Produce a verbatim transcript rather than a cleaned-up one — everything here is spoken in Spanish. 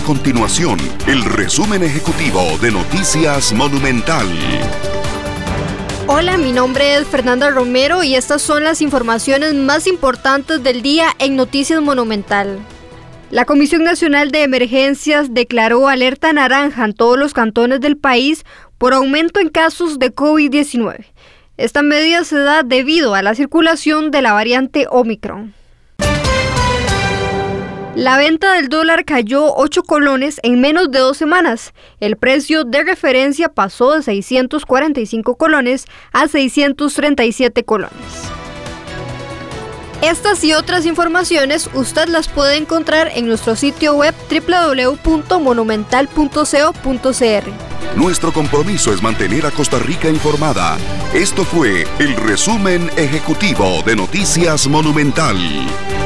A continuación, el resumen ejecutivo de Noticias Monumental. Hola, mi nombre es Fernanda Romero y estas son las informaciones más importantes del día en Noticias Monumental. La Comisión Nacional de Emergencias declaró alerta naranja en todos los cantones del país por aumento en casos de COVID diecinueve. Esta medida se da debido a la circulación de la variante Omicron. La venta del dólar cayó ocho colones en menos de dos semanas. El precio de referencia pasó de seiscientos cuarenta y cinco colones a seiscientos treinta y siete colones. Estas y otras informaciones usted las puede encontrar en nuestro sitio web doble u doble u doble u punto monumental punto co punto c r. Nuestro compromiso es mantener a Costa Rica informada. Esto fue el resumen ejecutivo de Noticias Monumental.